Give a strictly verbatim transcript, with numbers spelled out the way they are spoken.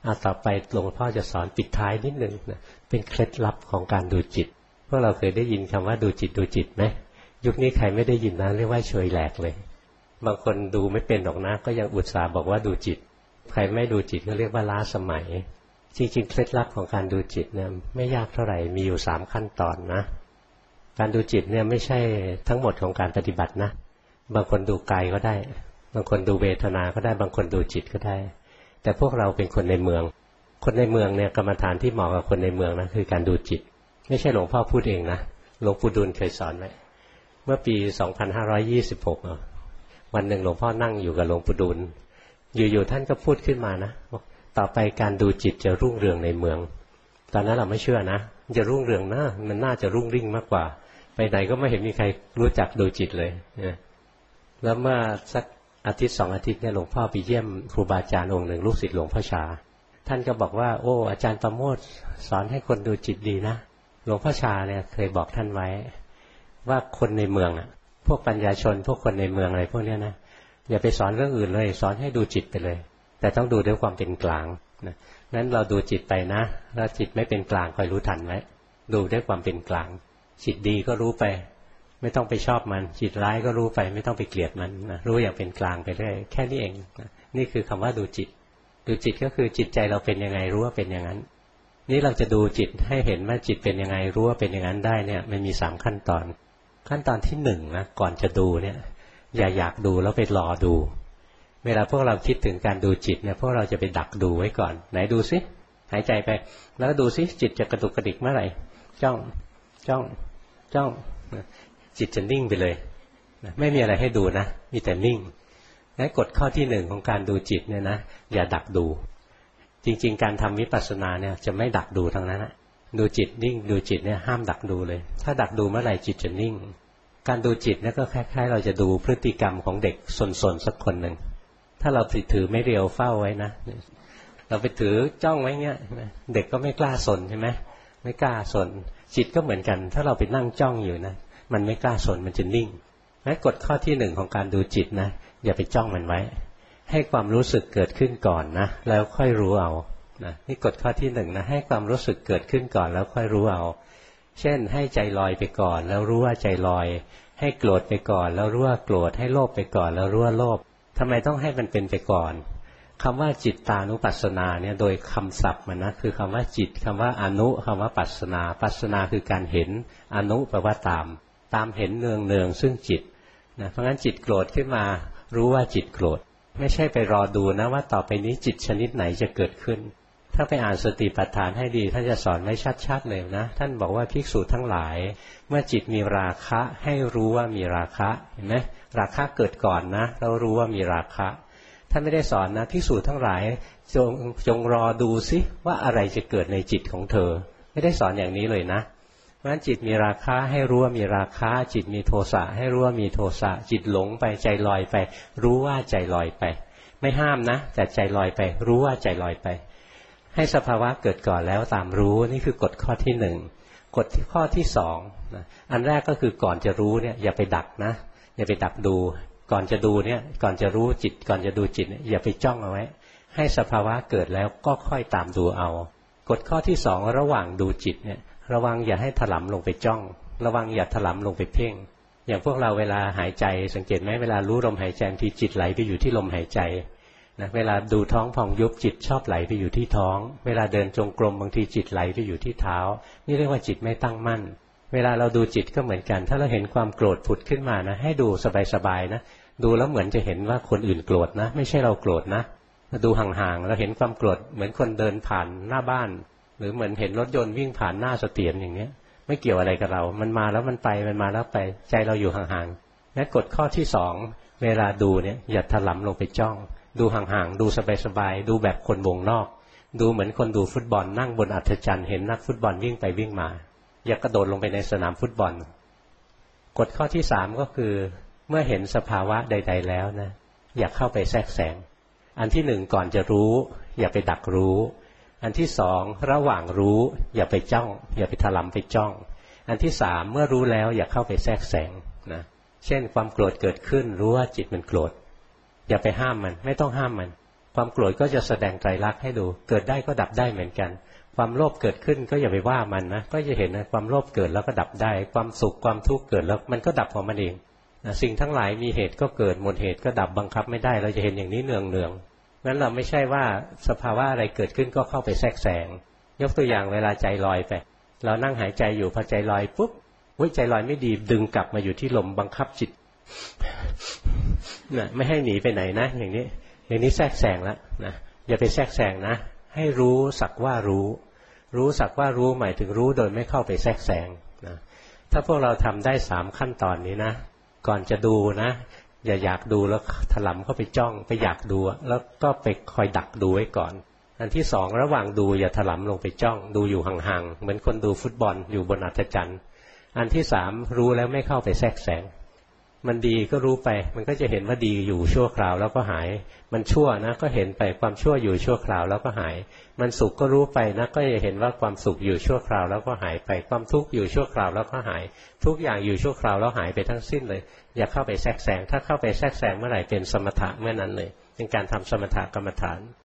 เอาต่อไปหลวงพ่อจะสอนปิดท้ายนิดหนึ่งนะเป็นเคล็ดลับของการดูจิตพวกเราเคยได้ยินคำว่าดูจิตดูจิตไหมยุคนี้ใครไม่ได้ยินนะเรียกว่าเฉยแหลกเลยบางคนดูไม่เป็นหรอกนะก็ยังอุตส่าห์บอกว่าดูจิตใครไม่ดูจิตก็เรียกว่าล้าสมัยจริงๆเคล็ดลับของการดูจิตเนี่ยไม่ยากเท่าไหร่มีอยู่สามขั้นตอนนะการดูจิตเนี่ยไม่ใช่ทั้งหมดของการปฏิบัตินะบางคนดูกายก็ได้บางคนดูเวทนาก็ได้บางคนดูจิตก็ได้แต่พวกเราเป็นคนในเมืองคนในเมืองเนี่ยกรรมฐานที่เหมาะกับคนในเมืองนะคือการดูจิตไม่ใช่หลวงพ่อพูดเองนะหลวงปู่ดูลเคยสอนไว้เมื่อปีสองพันห้าร้อยยี่สิบหกวันหนึ่งหลวงพ่อนั่งอยู่กับหลวงปู่ดูลอยู่ๆท่านก็พูดขึ้นมานะต่อไปการดูจิตจะรุ่งเรืองในเมืองตอนนั้นเราไม่เชื่อนะจะรุ่งเรืองนะมันน่าจะรุ่งริ่งมากกว่าไปไหนก็ไม่เห็นมีใครรู้จักดูจิตเลยนะแล้วเมื่อสักอาทิตย์สองอาทิตย์เนี่ยหลวงพ่อไปเยี่ยมครูบาอาจารย์องค์หนึ่งลูกศิษย์หลวงพ่อชาท่านก็บอกว่าโอ้อาจารย์ประโมทสอนให้คนดูจิตดีนะหลวงพ่อชาเนี่ยเคยบอกท่านไว้ว่าคนในเมืองอ่ะพวกปัญญาชนพวกคนในเมืองอะไรพวกนี้นะอย่าไปสอนเรื่องอื่นเลยสอนให้ดูจิตไปเลยแต่ต้องดูด้วยความเป็นกลางนะนั้นเราดูจิตไปนะแล้วจิตไม่เป็นกลางคอยรู้ทันไว้ดูด้วยความเป็นกลางจิตดีก็รู้ไปไม่ต้องไปชอบมันจิตร้ายก็รู้ไปไม่ต้องไปเกลียดมันนะรู้อย่างเป็นกลางไปเรื่อยแค่นี้เองนะนี่คือคำว่าดูจิตดูจิตก็คือจิตใจเราเป็นยังไงรู้ว่าเป็นอย่างนั้นนี่เราจะดูจิตให้เห็นว่าจิตเป็นยังไงรู้ว่าเป็นอย่างนั้นได้เนี่ยมันมีสามขั้นตอนขั้นตอนที่หนึ่งนะก่อนจะดูเนี่ยอย่าอยากดูแล้วไปรอดูเวลาพวกเราคิดถึงการดูจิตเนี่ยพวกเราจะไปดักดูไว้ก่อนไหนดูซิหายใจไปแล้วดูซิจิตจะกระตุกกระดิกเมื่อไหร่จ้องจ้องจ้องจิตจะนิ่งไปเลยไม่มีอะไรให้ดูนะมีแต่นิ่งงั้นกฎข้อที่หนึ่งของการดูจิตเนี่ยนะอย่าดักดูจริงๆการทำวิปัสสนาเนี่ยจะไม่ดักดูทั้งนั้นนะดูจิตนิ่งดูจิตเนี่ยห้ามดักดูเลยถ้าดักดูเมื่อไหร่จิตจะนิ่งการดูจิตเนี่ยก็คล้ายๆเราจะดูพฤติกรรมของเด็กสนๆสักคนหนึ่งถ้าเราถือไม่เรียวเฝ้าไว้นะเราไปถือจ้องไว้เงี้ยเด็กก็ไม่กล้าสนใช่ไหมไม่กล้าสนจิตก็เหมือนกันถ้าเราไปนั่งจ้องอยู่นะมันไม่กล้าสนมันจะนิ่งงั้นกฎข้อที่หนึ่งของการดูจิตนะอย่าไปจ้องมันไว้ให้ความรู้สึกเกิดขึ้นก่อนนะแล้วค่อยรู้เอานะนี่กฎข้อที่หนึ่งนะให้ความรู้สึกเกิดขึ้นก่อนแล้วค่อยรู้เอาเช่นให้ใจลอยไปก่อนแล้วรู้ว่าใจลอยให้โกรธไปก่อนแล้วรู้ว่าโกรธให้โลภไปก่อนแล้วรู้ว่าโลภทำไมต้องให้มันเป็นไปก่อนคำว่าจิตตานุปัสสนาเนี่ยโดยคำศัพท์มันนะคือคำว่าจิตคำว่าอนุคำว่าปัสสนาปัสสนาคือการเห็นอนุแปลว่าตามตามเห็นเนืองเนืองซึ่งจิตนะเพราะงั้นจิตโกรธขึ้นมารู้ว่าจิตโกรธไม่ใช่ไปรอดูนะว่าต่อไปนี้จิตชนิดไหนจะเกิดขึ้นถ้าไปอ่านสติปัฏฐานให้ดีท่านจะสอนไว้ชัดๆเลยนะท่านบอกว่าภิกษุทั้งหลายเมื่อจิตมีราคะให้รู้ว่ามีราคะเห็นไหมราคะเกิดก่อนนะเรารู้ว่ามีราคะท่านไม่ได้สอนนะภิกษุทั้งหลายจงจงรอดูซิว่าอะไรจะเกิดในจิตของเธอไม่ได้สอนอย่างนี้เลยนะเพราะฉะนั้นจิตมีราคะให้รู้ว่ามีราคะจิตมีโทสะให้รู้ว่ามีโทสะจิตหลงไปใจลอยไปรู้ว่าใจลอยไปไม่ห้ามนะแต่ใจลอยไปรู้ว่าใจลอยไปให้สภาวะเกิดก่อนแล้วตามรู้นี่คือกฎข้อที่หนึ่งกฎข้อที่สองนะอันแรกก็คือก่อนจะรู้เนี่ยอย่าไปดักนะอย่าไปดักดูก่อนจะดูเนี่ยก่อนจะรู้จิตก่อนจะดูจิตเนี่ยอย่าไปจ้องเอาไว้ให้สภาวะเกิดแล้วก็ค่อยตามดูเอากฎข้อที่สองระหว่างดูจิตเนี่ยระวังอย่าให้ถลำลงไปจ้องระวังอย่าถลำลงไปเพ่งอย่างพวกเราเวลาหายใจสังเกตไหมเวลารู้ลมหายใจทีจิตไหลไปอยู่ที่ลมหายใจนะเวลาดูท้องพองยุบจิตชอบไหลไปอยู่ที่ท้องเวลาเดินจงกรมบางทีจิตไหลไปอยู่ที่เท้านี่เรียกว่าจิตไม่ตั้งมั่นเวลาเราดูจิตก็เหมือนกันถ้าเราเห็นความโกรธผุดขึ้นมานะให้ดูสบายๆนะดูแล้วเหมือนจะเห็นว่าคนอื่นโกรธนะไม่ใช่เราโกรธนะดูห่างๆเราเห็นความโกรธเหมือนคนเดินผ่านหน้าบ้านหรือเหมือนเห็นรถยนต์วิ่งผ่านหน้าเสถียรอย่างเงี้ยไม่เกี่ยวอะไรกับเรามันมาแล้วมันไปมันมาแล้วไปใจเราอยู่ห่างๆและกฎข้อที่สองเวลาดูเนี่ยอย่าถลำลงไปจ้องดูห่างๆดูสบายๆดูแบบคนวงนอกดูเหมือนคนดูฟุตบอลนั่งบนอัฐจันทร์เห็นนักฟุตบอลวิ่งไปวิ่งมาอย่ากระโดดลงไปในสนามฟุตบอลกฎข้อที่สามก็คือเมื่อเห็นสภาวะใดๆแล้วนะอย่าเข้าไปแทรกแซงอันที่หนึ่งก่อนจะรู้อย่าไปดักรู้อันที่สองระหว่างรู้อย่าไปจ้องอย่าไปถลำไปจ้องอันที่สามเมื่อรู้แล้วอย่าเข้าไปแทรกแซงนะเช่นความโกรธเกิดขึ้นรู้ว่าจิตมันโกรธอย่าไปห้ามมันไม่ต้องห้ามมันความโกรธก็จะแสดงไตรลักษณ์ให้ดูเกิดได้ก็ดับได้เหมือนกันความโลภเกิดขึ้นก็อย่าไปว่ามันนะก็จะเห็นนะความโลภเกิดแล้วก็ดับได้ความสุขความทุกข์เกิดแล้วมันก็ดับของมันเองนะสิ่งทั้งหลายมีเหตุก็เกิดหมดเหตุก็ดับบังคับไม่ได้เราจะเห็นอย่างนี้เนืองเนืองงั้นเราไม่ใช่ว่าสภาวะอะไรเกิดขึ้นก็เข้าไปแทรกแซงยกตัวอย่างเวลาใจลอยไปเรานั่งหายใจอยู่พอใจลอยปุ๊บวิใจลอยไม่ดีดึงกลับมาอยู่ที่ลมบังคับจิตนะไม่ให้หนีไปไหนนะอย่างนี้อย่างนี้แทรกแซงแล้วนะอย่าไปแทรกแซงนะให้รู้สักว่ารู้รู้สักว่ารู้หมายถึงรู้โดยไม่เข้าไปแทรกแซงนะถ้าพวกเราทำได้สามขั้นตอนนี้นะก่อนจะดูนะอย่าอยากดูแล้วถลำเข้าไปจ้องไปอยากดูแล้วก็ไปคอยดักดูไว้ก่อนอันที่สองระหว่างดูอย่าถลำลงไปจ้องดูอยู่ห่างๆเหมือนคนดูฟุตบอลอยู่บนอัฐจันทร์อันที่สามรู้แล้วไม่เข้าไปแทรกแซงมันดีก็รู้ไปมันก็จะเห็นว่าดีอยู่ชั่วคราวแล้วก็หายมันชั่วนะก็เห็นไปความชั่วอยู่ชั่วคราวแล้วก็หายมันสุขก็รู้ไปนะก็จะเห็นว่าความสุขอยู่ชั่วคราวแล้วก็หายไปความทุกข์อยู่ชั่วคราวแล้วก็หายทุกอย่างอยู่ชั่วคราวแล้วหายไปทั้งสิ้นเลยอย่าเข้าไปแทรกแซงถ้าเข้าไปแทรกแซงเมื่อไหร่เป็นสมถะเมื่อนั้นเลยเป็นการทำสมถะกรรมฐาน